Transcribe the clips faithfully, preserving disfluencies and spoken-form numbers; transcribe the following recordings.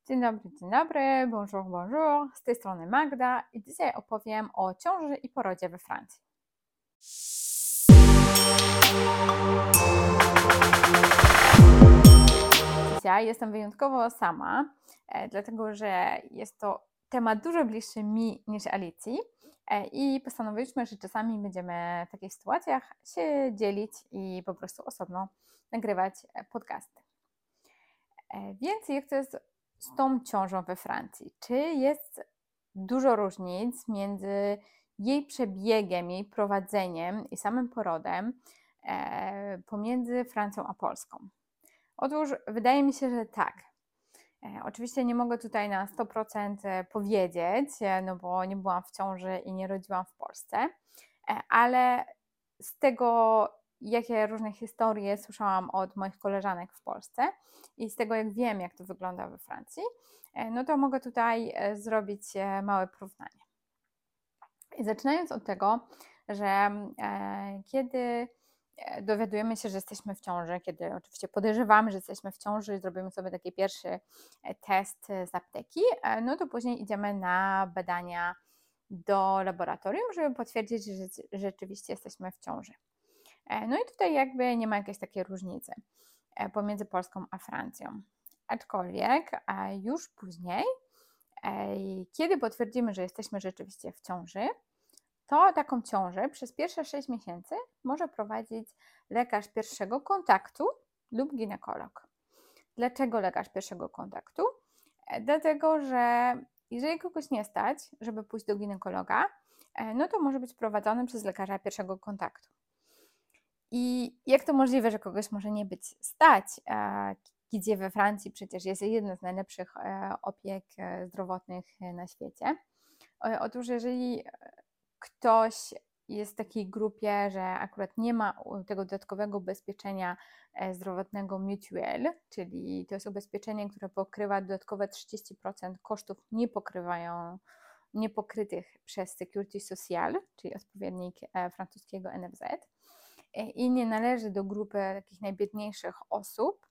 Dzień dobry, dzień dobry, bonjour, bonjour, z tej strony Magda i dzisiaj opowiem o ciąży i porodzie we Francji. Dzisiaj jestem wyjątkowo sama, e, dlatego że jest to temat dużo bliższy mi niż Alicji e, i postanowiliśmy, że czasami będziemy w takich sytuacjach się dzielić i po prostu osobno nagrywać podcasty. E, więc jak to jest z tą ciążą we Francji? Czy jest dużo różnic między jej przebiegiem, jej prowadzeniem i samym porodem e, pomiędzy Francją a Polską? Otóż wydaje mi się, że tak. E, oczywiście nie mogę tutaj na sto procent powiedzieć, e, no bo nie byłam w ciąży i nie rodziłam w Polsce, e, ale z tego, jakie różne historie słyszałam od moich koleżanek w Polsce i z tego, jak wiem, jak to wygląda we Francji, e, no to mogę tutaj e, zrobić e, małe porównanie. I zaczynając od tego, że e, kiedy dowiadujemy się, że jesteśmy w ciąży, kiedy oczywiście podejrzewamy, że jesteśmy w ciąży i zrobimy sobie taki pierwszy test z apteki, no to później idziemy na badania do laboratorium, żeby potwierdzić, że rzeczywiście jesteśmy w ciąży. No i tutaj jakby nie ma jakiejś takiej różnicy pomiędzy Polską a Francją. Aczkolwiek już później, kiedy potwierdzimy, że jesteśmy rzeczywiście w ciąży, to taką ciążę przez pierwsze sześć miesięcy może prowadzić lekarz pierwszego kontaktu lub ginekolog. Dlaczego lekarz pierwszego kontaktu? Dlatego, że jeżeli kogoś nie stać, żeby pójść do ginekologa, no to może być prowadzony przez lekarza pierwszego kontaktu. I jak to możliwe, że kogoś może nie być stać, gdzie we Francji przecież jest jedna z najlepszych opiek zdrowotnych na świecie? Otóż jeżeli ktoś jest w takiej grupie, że akurat nie ma tego dodatkowego ubezpieczenia zdrowotnego Mutuelle, czyli to jest ubezpieczenie, które pokrywa dodatkowe trzydzieści procent kosztów niepokrywają, niepokrytych przez Sécurité Sociale, czyli odpowiednik francuskiego N F Z, i nie należy do grupy takich najbiedniejszych osób,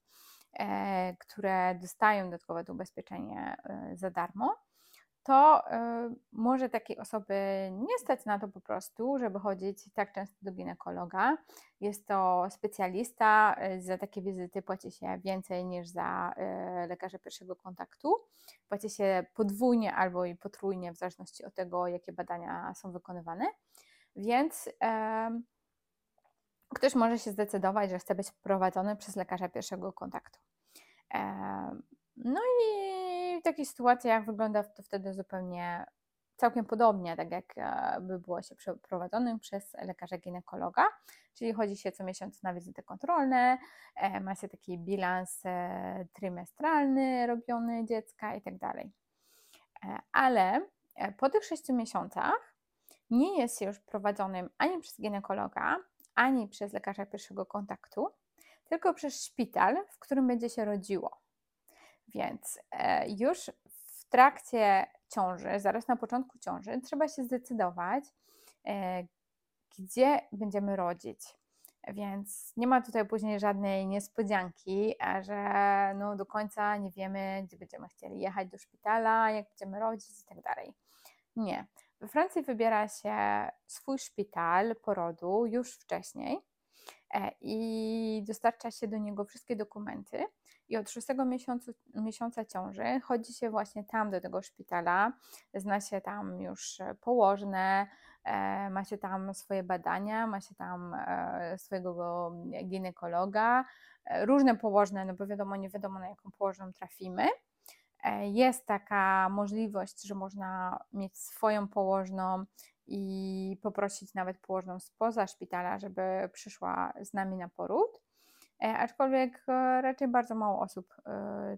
które dostają dodatkowe to ubezpieczenie za darmo, to y, może takiej osoby nie stać na to po prostu, żeby chodzić tak często do ginekologa. Jest to specjalista, y, za takie wizyty płaci się więcej niż za y, lekarza pierwszego kontaktu. Płaci się podwójnie albo i potrójnie w zależności od tego, jakie badania są wykonywane. Więc y, ktoś może się zdecydować, że chce być prowadzony przez lekarza pierwszego kontaktu. Y, no i w takich sytuacjach wygląda to wtedy zupełnie całkiem podobnie, tak jak by było się przeprowadzonym przez lekarza ginekologa, czyli chodzi się co miesiąc na wizyty kontrolne, ma się taki bilans trymestralny robiony dziecka i tak dalej. Ale po tych sześciu miesiącach nie jest się już prowadzonym ani przez ginekologa, ani przez lekarza pierwszego kontaktu, tylko przez szpital, w którym będzie się rodziło. Więc już w trakcie ciąży, zaraz na początku ciąży, trzeba się zdecydować, gdzie będziemy rodzić. Więc nie ma tutaj później żadnej niespodzianki, że no do końca nie wiemy, gdzie będziemy chcieli jechać do szpitala, jak będziemy rodzić i tak dalej. Nie. We Francji wybiera się swój szpital porodu już wcześniej i dostarcza się do niego wszystkie dokumenty i od szóstego miesiącu, miesiąca ciąży chodzi się właśnie tam do tego szpitala, zna się tam już położne, e, ma się tam swoje badania, ma się tam e, swojego ginekologa, e, różne położne, no bo wiadomo, nie wiadomo na jaką położną trafimy. E, jest taka możliwość, że można mieć swoją położną i poprosić nawet położną spoza szpitala, żeby przyszła z nami na poród. E, aczkolwiek e, raczej bardzo mało osób e,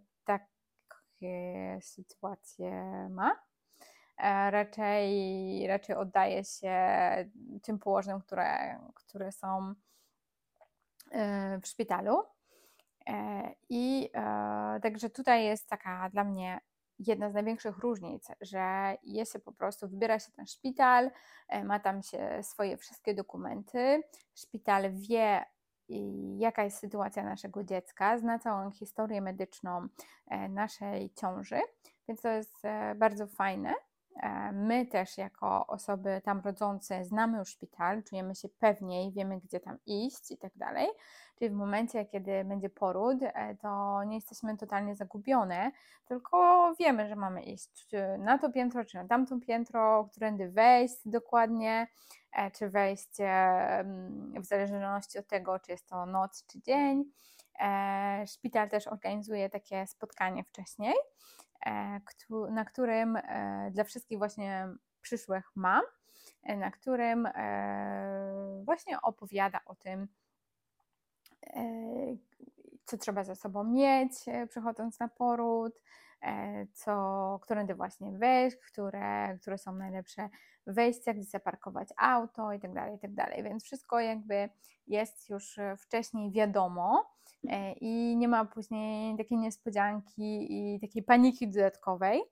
takie sytuacje ma. E, raczej, raczej oddaje się tym położnym, które, które są e, w szpitalu. E, I e, także tutaj jest taka dla mnie jedna z największych różnic, że jest się po prostu, wybiera się ten szpital, ma tam się swoje wszystkie dokumenty, szpital wie, i jaka jest sytuacja naszego dziecka, zna całą historię medyczną naszej ciąży, więc to jest bardzo fajne. My też jako osoby tam rodzące znamy już szpital, czujemy się pewniej, wiemy gdzie tam iść i tak dalej. Czyli w momencie, kiedy będzie poród, to nie jesteśmy totalnie zagubione, tylko wiemy, że mamy iść na to piętro, czy na tamto piętro, którędy wejść dokładnie, czy wejść w zależności od tego, czy jest to noc, czy dzień. Szpital też organizuje takie spotkanie wcześniej, na którym dla wszystkich właśnie przyszłych mam, na którym właśnie opowiada o tym, co trzeba ze sobą mieć, przychodząc na poród, co, którędy właśnie wejść, które, które są najlepsze wejścia, gdzie zaparkować auto i tak dalej, i tak dalej. Więc wszystko jakby jest już wcześniej wiadomo i nie ma później takiej niespodzianki i takiej paniki dodatkowej,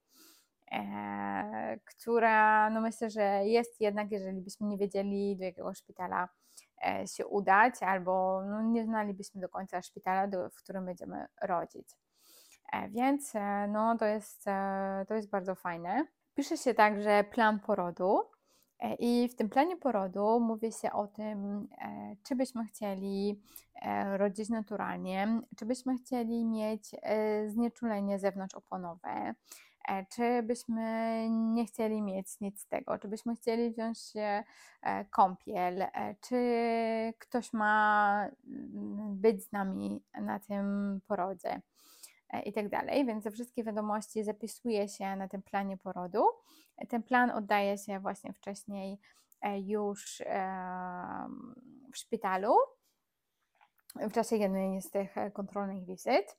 która no myślę, że jest jednak, jeżeli byśmy nie wiedzieli, do jakiego szpitala się udać, albo no nie znalibyśmy do końca szpitala, do, w którym będziemy rodzić. Więc no to jest, to jest bardzo fajne. Pisze się także plan porodu i w tym planie porodu mówi się o tym, czy byśmy chcieli rodzić naturalnie, czy byśmy chcieli mieć znieczulenie zewnątrzoponowe, czy byśmy nie chcieli mieć nic z tego, czy byśmy chcieli wziąć kąpiel, czy ktoś ma być z nami na tym porodzie i tak dalej, więc te wszystkie wiadomości zapisuje się na tym planie porodu. Ten plan oddaje się właśnie wcześniej już w szpitalu w czasie jednej z tych kontrolnych wizyt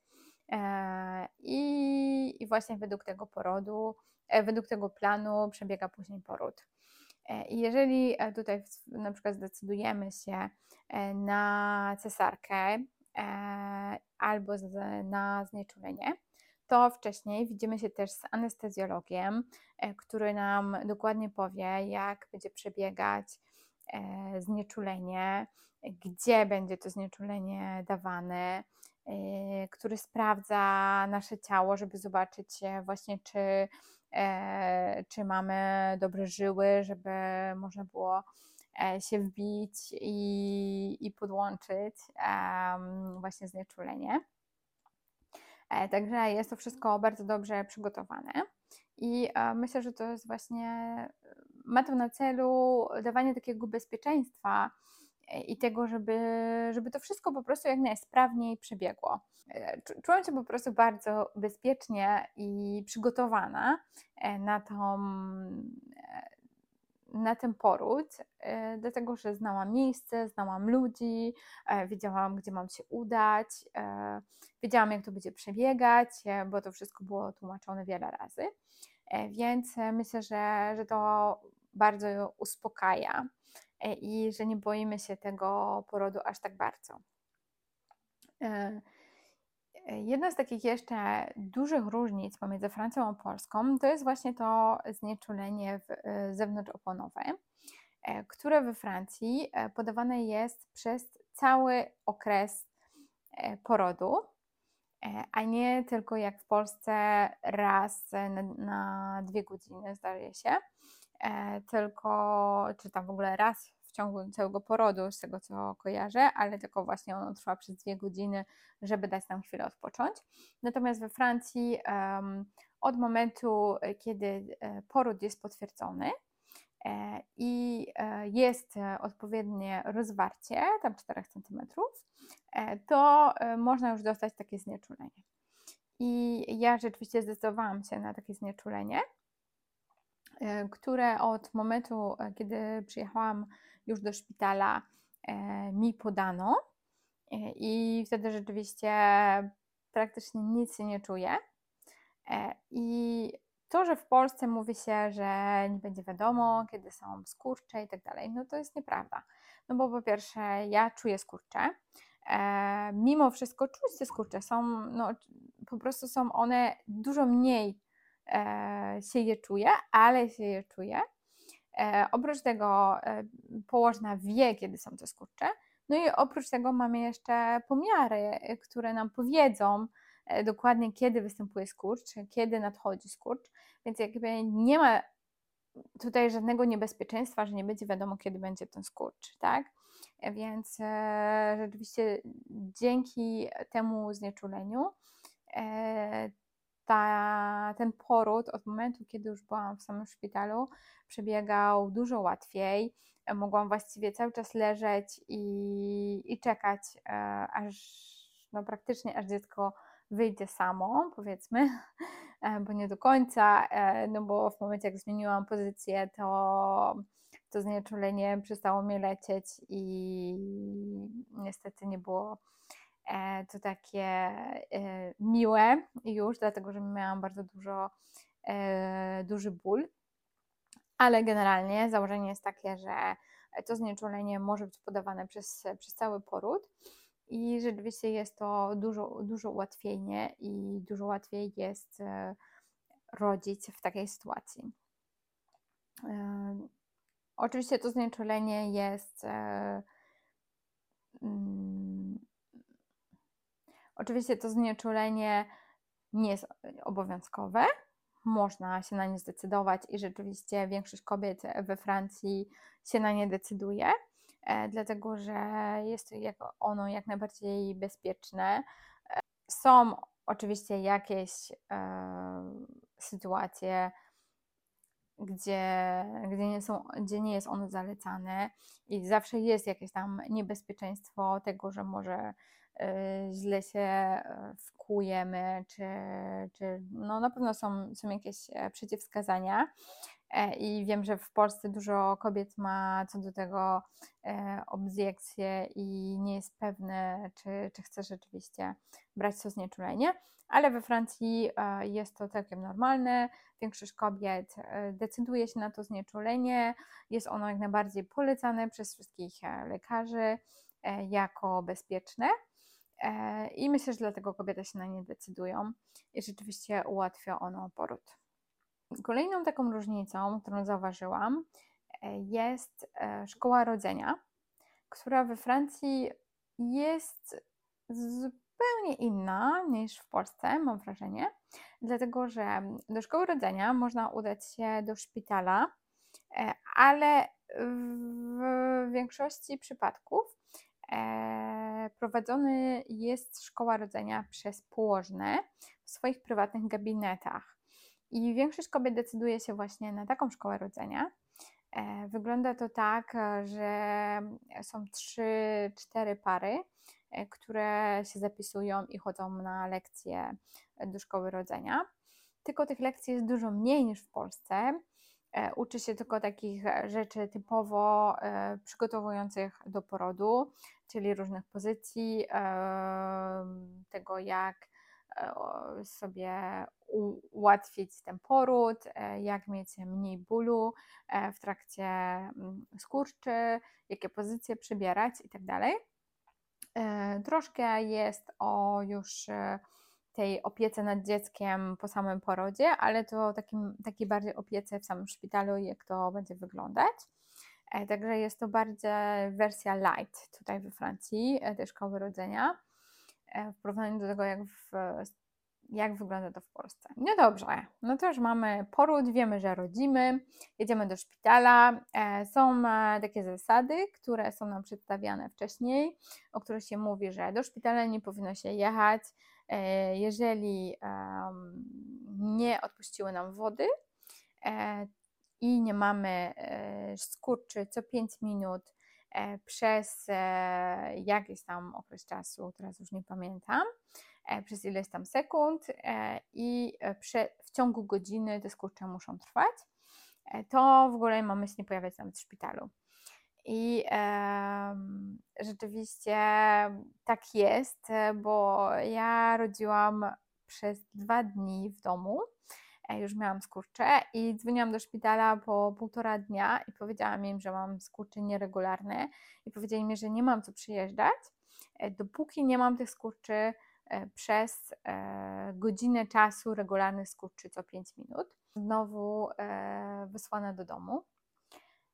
i, i właśnie według tego porodu, według tego planu przebiega później poród. I jeżeli tutaj na przykład zdecydujemy się na cesarkę albo na znieczulenie, to wcześniej widzimy się też z anestezjologiem, który nam dokładnie powie, jak będzie przebiegać znieczulenie, gdzie będzie to znieczulenie dawane, który sprawdza nasze ciało, żeby zobaczyć właśnie, czy, czy mamy dobre żyły, żeby można było się wbić i, i podłączyć właśnie znieczulenie. Także jest to wszystko bardzo dobrze przygotowane i myślę, że to jest właśnie, ma to na celu dawanie takiego bezpieczeństwa i tego, żeby, żeby to wszystko po prostu jak najsprawniej przebiegło. Czułam się po prostu bardzo bezpiecznie i przygotowana na tą na ten poród, dlatego że znałam miejsce, znałam ludzi, wiedziałam, gdzie mam się udać, wiedziałam, jak to będzie przebiegać, bo to wszystko było tłumaczone wiele razy, więc myślę, że, że to bardzo uspokaja i że nie boimy się tego porodu aż tak bardzo. Jedna z takich jeszcze dużych różnic pomiędzy Francją a Polską to jest właśnie to znieczulenie zewnątrzoponowe, które we Francji podawane jest przez cały okres porodu, a nie tylko jak w Polsce raz na, na dwie godziny, zdaje się, tylko, czy tam w ogóle raz w ciągu całego porodu, z tego co kojarzę, ale tylko właśnie ono trwa przez dwie godziny, żeby dać nam chwilę odpocząć. Natomiast we Francji um, od momentu, kiedy poród jest potwierdzony e, i e, jest odpowiednie rozwarcie, tam czterech centymetrów, e, to e, można już dostać takie znieczulenie. I ja rzeczywiście zdecydowałam się na takie znieczulenie, które od momentu, kiedy przyjechałam już do szpitala, mi podano i wtedy rzeczywiście praktycznie nic się nie czuję. I to, że w Polsce mówi się, że nie będzie wiadomo, kiedy są skurcze i tak dalej, no to jest nieprawda. No bo po pierwsze ja czuję skurcze, mimo wszystko czuć te skurcze, są, no, po prostu są one dużo mniej się je czuje, ale się je czuje. Oprócz tego położna wie, kiedy są te skurcze, No i oprócz tego mamy jeszcze pomiary, które nam powiedzą dokładnie, kiedy występuje skurcz, kiedy nadchodzi skurcz, więc jakby nie ma tutaj żadnego niebezpieczeństwa, że nie będzie wiadomo, kiedy będzie ten skurcz, tak? Więc e, rzeczywiście dzięki temu znieczuleniu e, ta, ten poród od momentu, kiedy już byłam w samym szpitalu, przebiegał dużo łatwiej. Mogłam właściwie cały czas leżeć i, i czekać, e, aż no praktycznie aż dziecko wyjdzie samo, powiedzmy, bo nie do końca, no bo w momencie, jak zmieniłam pozycję, to to znieczulenie przestało mnie lecieć i niestety nie było to takie miłe już, dlatego że miałam bardzo dużo, duży ból, ale generalnie założenie jest takie, że to znieczulenie może być podawane przez, przez cały poród i rzeczywiście jest to dużo, dużo ułatwienie i dużo łatwiej jest rodzić w takiej sytuacji. E, oczywiście to znieczulenie jest e, mm, oczywiście to znieczulenie nie jest obowiązkowe, można się na nie zdecydować i rzeczywiście większość kobiet we Francji się na nie decyduje, e, dlatego że jest ono jak najbardziej bezpieczne. E, są oczywiście jakieś e, sytuacje, Gdzie, gdzie, nie są, gdzie nie jest ono zalecane i zawsze jest jakieś tam niebezpieczeństwo tego, że może y, źle się y, wkłujemy, czy, czy no na pewno są, są jakieś e, przeciwwskazania. E, I wiem, że w Polsce dużo kobiet ma co do tego e, obiekcje i nie jest pewne, czy, czy chce rzeczywiście brać to znieczulenie, ale we Francji e, jest to całkiem normalne. Większość kobiet e, decyduje się na to znieczulenie. Jest ono jak najbardziej polecane przez wszystkich e, lekarzy e, jako bezpieczne. E, I myślę, że dlatego kobiety się na nie decydują i rzeczywiście ułatwia ono poród. Kolejną taką różnicą, którą zauważyłam, jest szkoła rodzenia, która we Francji jest zupełnie inna niż w Polsce, mam wrażenie, dlatego że do szkoły rodzenia można udać się do szpitala, ale w większości przypadków prowadzony jest szkoła rodzenia przez położne w swoich prywatnych gabinetach. I większość kobiet decyduje się właśnie na taką szkołę rodzenia. Wygląda to tak, że są trzy, cztery pary, które się zapisują i chodzą na lekcje do szkoły rodzenia. Tylko tych lekcji jest dużo mniej niż w Polsce. Uczy się tylko takich rzeczy typowo przygotowujących do porodu, czyli różnych pozycji, tego jak sobie ułatwić ten poród, jak mieć mniej bólu w trakcie skurczy, jakie pozycje przybierać itd. Troszkę jest o już tej opiece nad dzieckiem po samym porodzie, ale to takim, takiej bardziej opiece w samym szpitalu, jak to będzie wyglądać. Także jest to bardziej wersja light tutaj we Francji, tej szkoły rodzenia, w porównaniu do tego, jak, w, jak wygląda to w Polsce. No dobrze, no to już mamy poród, wiemy, że rodzimy, jedziemy do szpitala. Są takie zasady, które są nam przedstawiane wcześniej, o których się mówi, że do szpitala nie powinno się jechać, jeżeli nie odpuściły nam wody i nie mamy skurczy co pięć minut przez jakiś tam okres czasu, teraz już nie pamiętam, przez ileś tam sekund i w ciągu godziny te skurcze muszą trwać, to w ogóle mamy się nie pojawiać nawet w szpitalu. I e, rzeczywiście tak jest, bo ja rodziłam przez dwa dni w domu, już miałam skurcze i dzwoniłam do szpitala po półtora dnia i powiedziałam im, że mam skurcze nieregularne i powiedzieli mi, że nie mam co przyjeżdżać, dopóki nie mam tych skurczy przez e, godzinę czasu regularnych skurczy co pięć minut. Znowu e, wysłane do domu.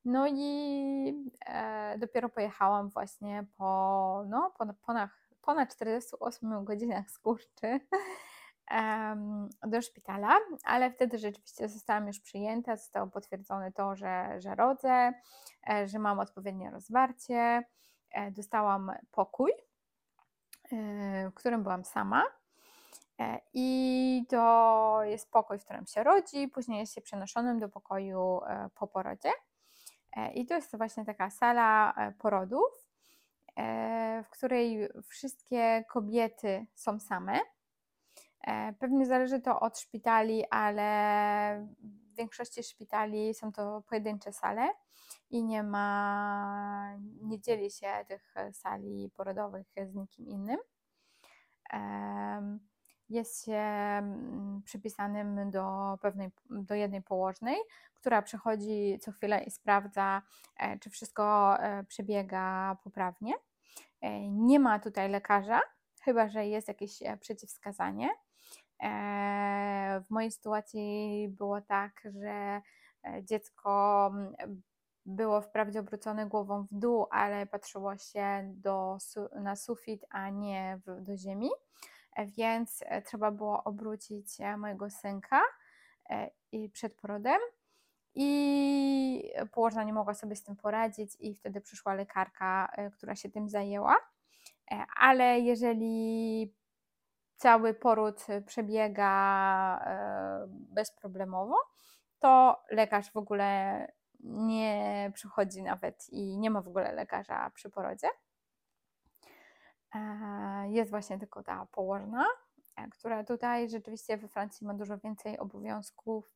No i e, dopiero pojechałam właśnie po no, ponad, ponad, ponad czterdziestu ośmiu godzinach skurczy em, do szpitala, ale wtedy rzeczywiście zostałam już przyjęta, zostało potwierdzone to, że, że rodzę, e, że mam odpowiednie rozwarcie, e, dostałam pokój, e, w którym byłam sama. E, I to jest pokój, w którym się rodzi, później jest się przenoszonym do pokoju e, po porodzie. E, I to jest właśnie taka sala e, porodów, e, w której wszystkie kobiety są same. E, Pewnie zależy to od szpitali, ale w większości szpitali są to pojedyncze sale i nie ma, nie dzieli się tych sali porodowych z nikim innym. Em, Jest się mm, przypisanym do pewnej, do jednej położnej, która przychodzi co chwilę i sprawdza, e, czy wszystko e, przebiega poprawnie. E, Nie ma tutaj lekarza, chyba że jest jakieś e, przeciwwskazanie. E, W mojej sytuacji było tak, że e, dziecko mm, było wprawdzie obrócone głową w dół, ale patrzyło się do, su- na sufit, a nie w, do ziemi, E, więc e, trzeba było obrócić e, mojego synka e, i przed porodem. I położna nie mogła sobie z tym poradzić, i wtedy przyszła lekarka, e, która się tym zajęła. E, Ale jeżeli cały poród przebiega e, bezproblemowo, to lekarz w ogóle nie przychodzi nawet i nie ma w ogóle lekarza przy porodzie. E, Jest właśnie tylko ta położna, e, która tutaj rzeczywiście we Francji ma dużo więcej obowiązków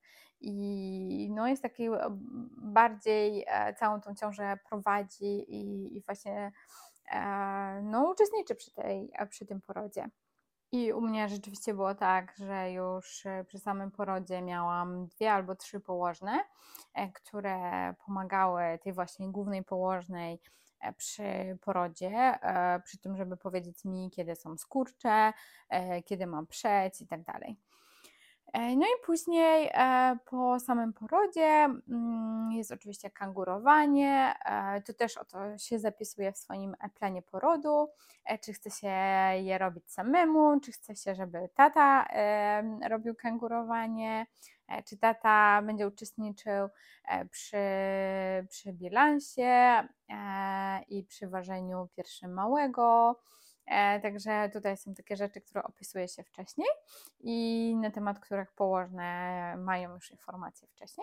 i no jest taki e, bardziej e, całą tą ciążę prowadzi i, i właśnie e, no, uczestniczy przy, tej, przy tym porodzie. I u mnie rzeczywiście było tak, że już e, przy samym porodzie miałam dwie albo trzy położne, e, które pomagały tej właśnie głównej położnej e, przy porodzie, e, przy tym, żeby powiedzieć mi, kiedy są skurcze, e, kiedy mam przeć i tak dalej. E, No i później e, po samym porodzie mm, jest oczywiście kangurowanie. E, Tu też o to się zapisuje w swoim e, planie porodu, e, czy chce się je robić samemu, czy chce się, żeby tata e, robił kangurowanie, e, czy tata będzie uczestniczył e, przy, przy bilansie e, i przy ważeniu piersi małego. E, Także tutaj są takie rzeczy, które opisuje się wcześniej i na temat których położne mają już informacje wcześniej.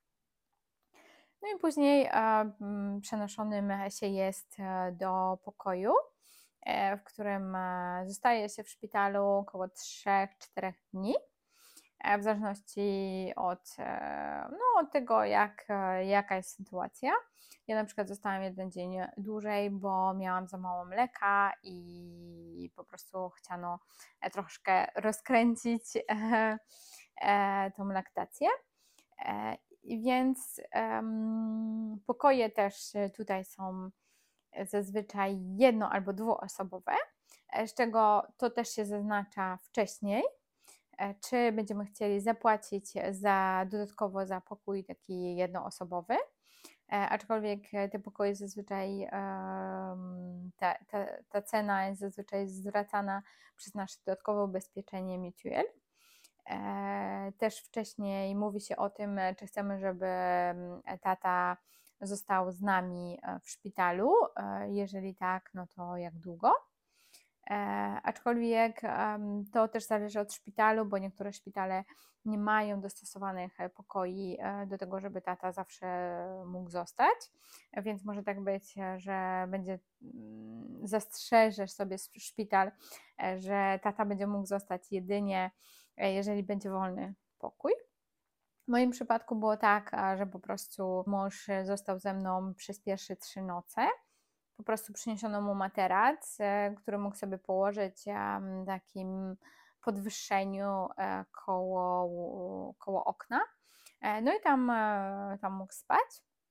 No i później e, m, przenoszonym się jest e, do pokoju, e, w którym e, zostaje się w szpitalu około trzy cztery dni, e, w zależności od, e, no, od tego, jak, e, jaka jest sytuacja. Ja na przykład zostałam jeden dzień dłużej, bo miałam za mało mleka i po prostu chciano e, troszkę rozkręcić e, e, tą laktację. E, Więc em, pokoje też tutaj są zazwyczaj jedno- albo dwuosobowe, e, z czego to też się zaznacza wcześniej, e, czy będziemy chcieli zapłacić za dodatkowo za pokój taki jednoosobowy. E, aczkolwiek te pokoje zazwyczaj, em, ta, ta, ta cena jest zazwyczaj zwracana przez nasze dodatkowe ubezpieczenie Mutuelle. E, Też wcześniej mówi się o tym, czy chcemy, żeby mm, tata został z nami e, w szpitalu. E, Jeżeli tak, no to jak długo? E, aczkolwiek em, to też zależy od szpitalu, bo niektóre szpitale nie mają dostosowanych e, pokoi e, do tego, żeby tata zawsze mógł zostać, więc może tak być, że będzie mm, zastrzeżesz sobie szpital, e, że tata będzie mógł zostać jedynie, e, jeżeli będzie wolny pokój. W moim przypadku było tak, a, że po prostu mąż został ze mną przez pierwsze trzy noce. Po prostu przyniesiono mu materac, e, który mógł sobie położyć e, w takim podwyższeniu e, koło, koło okna. E, No i tam, e, tam mógł spać.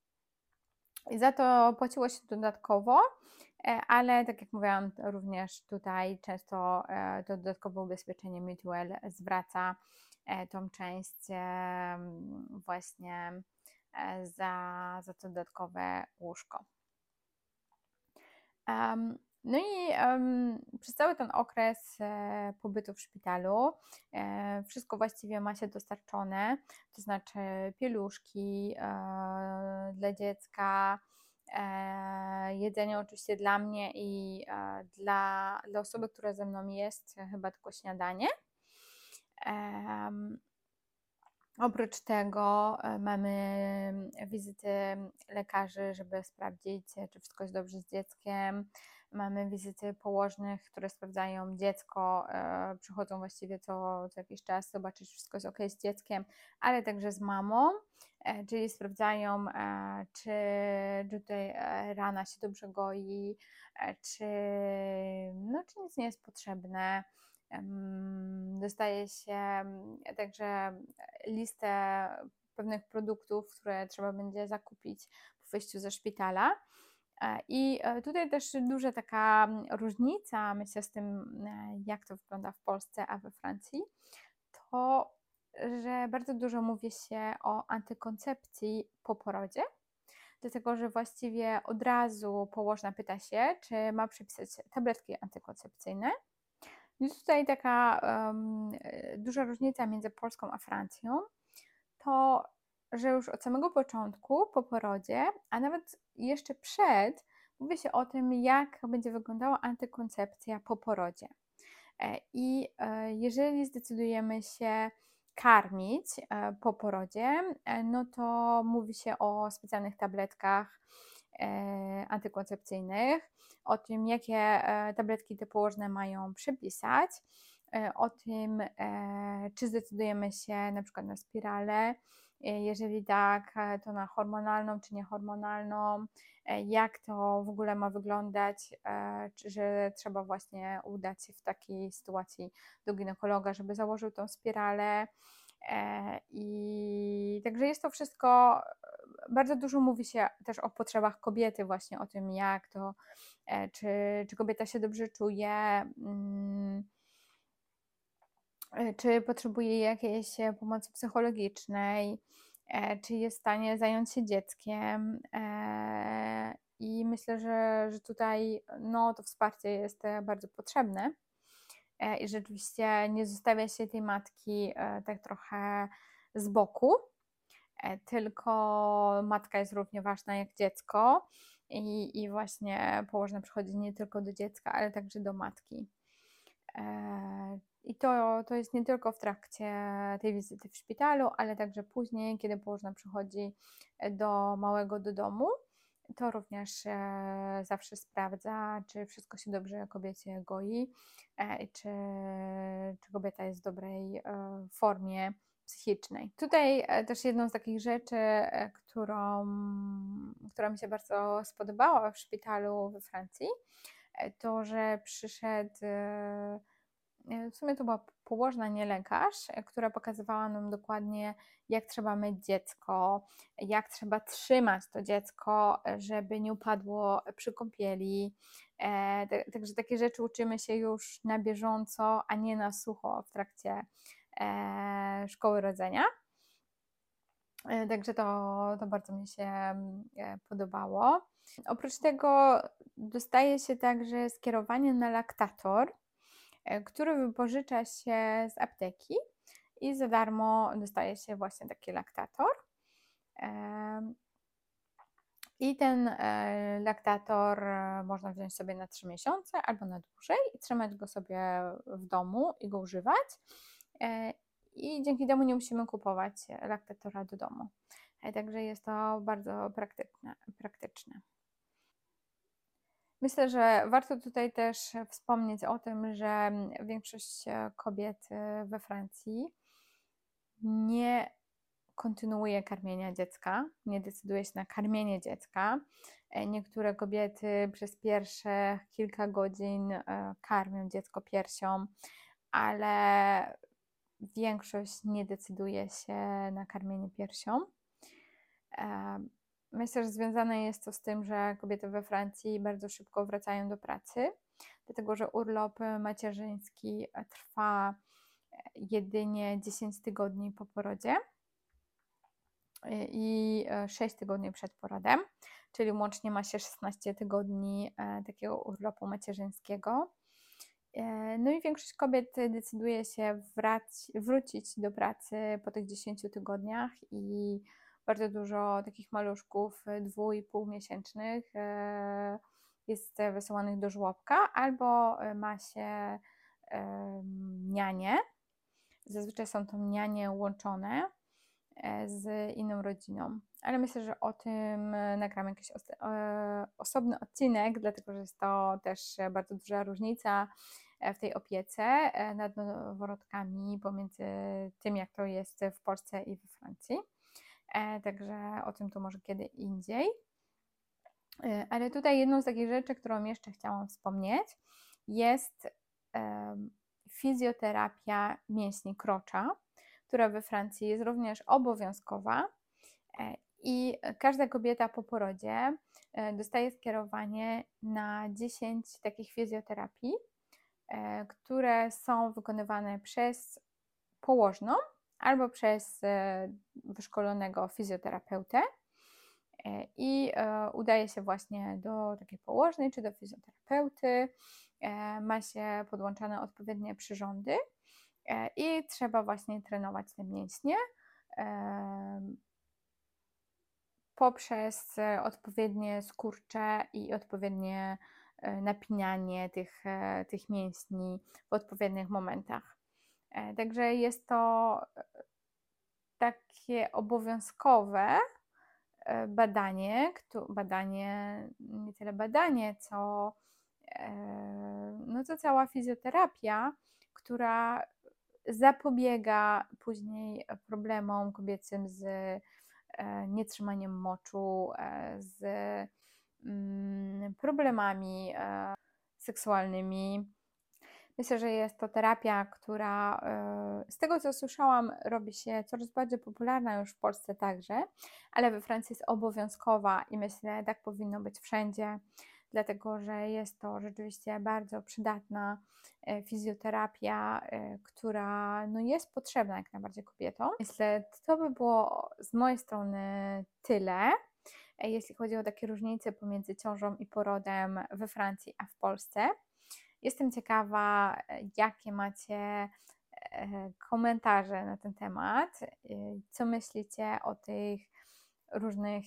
I za to płaciło się dodatkowo, e, ale tak jak mówiłam, również tutaj często e, to dodatkowe ubezpieczenie Mutuelle zwraca e, tą część e, właśnie za, za to dodatkowe łóżko. Um, no i um, przez cały ten okres e, pobytu w szpitalu e, wszystko właściwie ma się dostarczone, to znaczy pieluszki e, dla dziecka, e, jedzenie oczywiście dla mnie i e, dla, dla osoby, która ze mną jest, chyba tylko śniadanie. Um, Oprócz tego e, mamy wizyty lekarzy, żeby sprawdzić, e, czy wszystko jest dobrze z dzieckiem. Mamy wizyty położnych, które sprawdzają dziecko, e, przychodzą właściwie co, co jakiś czas, zobaczyć, czy wszystko jest ok z dzieckiem, ale także z mamą, e, czyli sprawdzają, e, czy, czy tutaj e, rana się dobrze goi, e, czy, no, czy nic nie jest potrzebne. Dostaje się także listę pewnych produktów, które trzeba będzie zakupić po wyjściu ze szpitala. I tutaj też duża taka różnica, myślę, z tym, jak to wygląda w Polsce, a we Francji, to, że bardzo dużo mówi się o antykoncepcji po porodzie, dlatego że właściwie od razu położna pyta się, czy ma przepisać tabletki antykoncepcyjne. Jest tutaj taka um, duża różnica między Polską a Francją, to, że już od samego początku, po porodzie, a nawet jeszcze przed, mówi się o tym, jak będzie wyglądała antykoncepcja po porodzie. I jeżeli zdecydujemy się karmić po porodzie, no to mówi się o specjalnych tabletkach antykoncepcyjnych, o tym, jakie tabletki te położne mają przepisać, o tym, czy zdecydujemy się na przykład na spiralę, jeżeli tak, to na hormonalną czy niehormonalną, jak to w ogóle ma wyglądać, czy że trzeba właśnie udać się w takiej sytuacji do ginekologa, żeby założył tą spiralę. I także jest to wszystko, bardzo dużo mówi się też o potrzebach kobiety, właśnie o tym, jak to, czy, czy kobieta się dobrze czuje, czy potrzebuje jakiejś pomocy psychologicznej, czy jest w stanie zająć się dzieckiem. I myślę, że, że tutaj no, to wsparcie jest bardzo potrzebne i rzeczywiście nie zostawia się tej matki tak trochę z boku, tylko matka jest równie ważna jak dziecko i, i właśnie położna przychodzi nie tylko do dziecka, ale także do matki. I to, to jest nie tylko w trakcie tej wizyty w szpitalu, ale także później, kiedy położna przychodzi do małego do domu, to również zawsze sprawdza, czy wszystko się dobrze kobiecie goi, czy, czy kobieta jest w dobrej formie psychicznej. Tutaj też jedną z takich rzeczy, którą, która mi się bardzo spodobała w szpitalu we Francji, to, że przyszedł, w sumie to była położna, nie lekarz, która pokazywała nam dokładnie, jak trzeba myć dziecko, jak trzeba trzymać to dziecko, żeby nie upadło przy kąpieli. Także takie rzeczy uczymy się już na bieżąco, a nie na sucho w trakcie szkoły rodzenia. Także to, to bardzo mi się podobało. Oprócz tego dostaje się także skierowanie na laktator, który wypożycza się z apteki i za darmo dostaje się właśnie taki laktator. I ten laktator można wziąć sobie na trzy miesiące albo na dłużej i trzymać go sobie w domu i go używać. I dzięki temu nie musimy kupować laktatora do domu. Także jest to bardzo praktyczne. praktyczne. Myślę, że warto tutaj też wspomnieć o tym, że większość kobiet we Francji nie kontynuuje karmienia dziecka, nie decyduje się na karmienie dziecka. Niektóre kobiety przez pierwsze kilka godzin karmią dziecko piersią, ale większość nie decyduje się na karmienie piersią. Myślę, że związane jest to z tym, że kobiety we Francji bardzo szybko wracają do pracy, dlatego że urlop macierzyński trwa jedynie dziesięć tygodni po porodzie. i sześć tygodni przed porodem, czyli łącznie ma się szesnaście tygodni takiego urlopu macierzyńskiego. No i większość kobiet decyduje się wrać, wrócić do pracy po tych dziesięciu tygodniach i bardzo dużo takich maluszków dwu i pół miesięcznych jest wysyłanych do żłobka albo ma się nianie. Zazwyczaj są to nianie łączone z inną rodziną, ale myślę, że o tym nagram jakiś osobny odcinek, dlatego że jest to też bardzo duża różnica w tej opiece nad noworodkami pomiędzy tym, jak to jest w Polsce i we Francji. Także o tym to może kiedy indziej. Ale tutaj jedną z takich rzeczy, którą jeszcze chciałam wspomnieć, jest fizjoterapia mięśni krocza, która we Francji jest również obowiązkowa i każda kobieta po porodzie dostaje skierowanie na dziesięć takich fizjoterapii, które są wykonywane przez położną albo przez wyszkolonego fizjoterapeutę i udaje się właśnie do takiej położnej czy do fizjoterapeuty, ma się podłączane odpowiednie przyrządy i trzeba właśnie trenować te mięśnie poprzez odpowiednie skurcze i odpowiednie napinanie tych, tych mięśni w odpowiednich momentach. Także jest to takie obowiązkowe badanie, badanie, nie tyle badanie, co, no to cała fizjoterapia, która zapobiega później problemom kobiecym z nietrzymaniem moczu, z problemami seksualnymi. Myślę, że jest to terapia, która z tego co słyszałam robi się coraz bardziej popularna już w Polsce także, ale we Francji jest obowiązkowa i myślę, tak powinno być wszędzie, dlatego że jest to rzeczywiście bardzo przydatna fizjoterapia, która no jest potrzebna jak najbardziej kobietom. Myślę, to by było z mojej strony tyle, jeśli chodzi o takie różnice pomiędzy ciążą i porodem we Francji a w Polsce. Jestem ciekawa, jakie macie komentarze na ten temat, co myślicie o tych różnych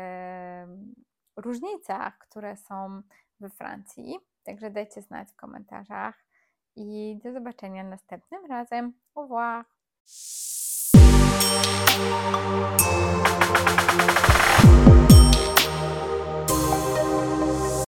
różnicach, które są we Francji. Także dajcie znać w komentarzach i do zobaczenia następnym razem. Au revoir!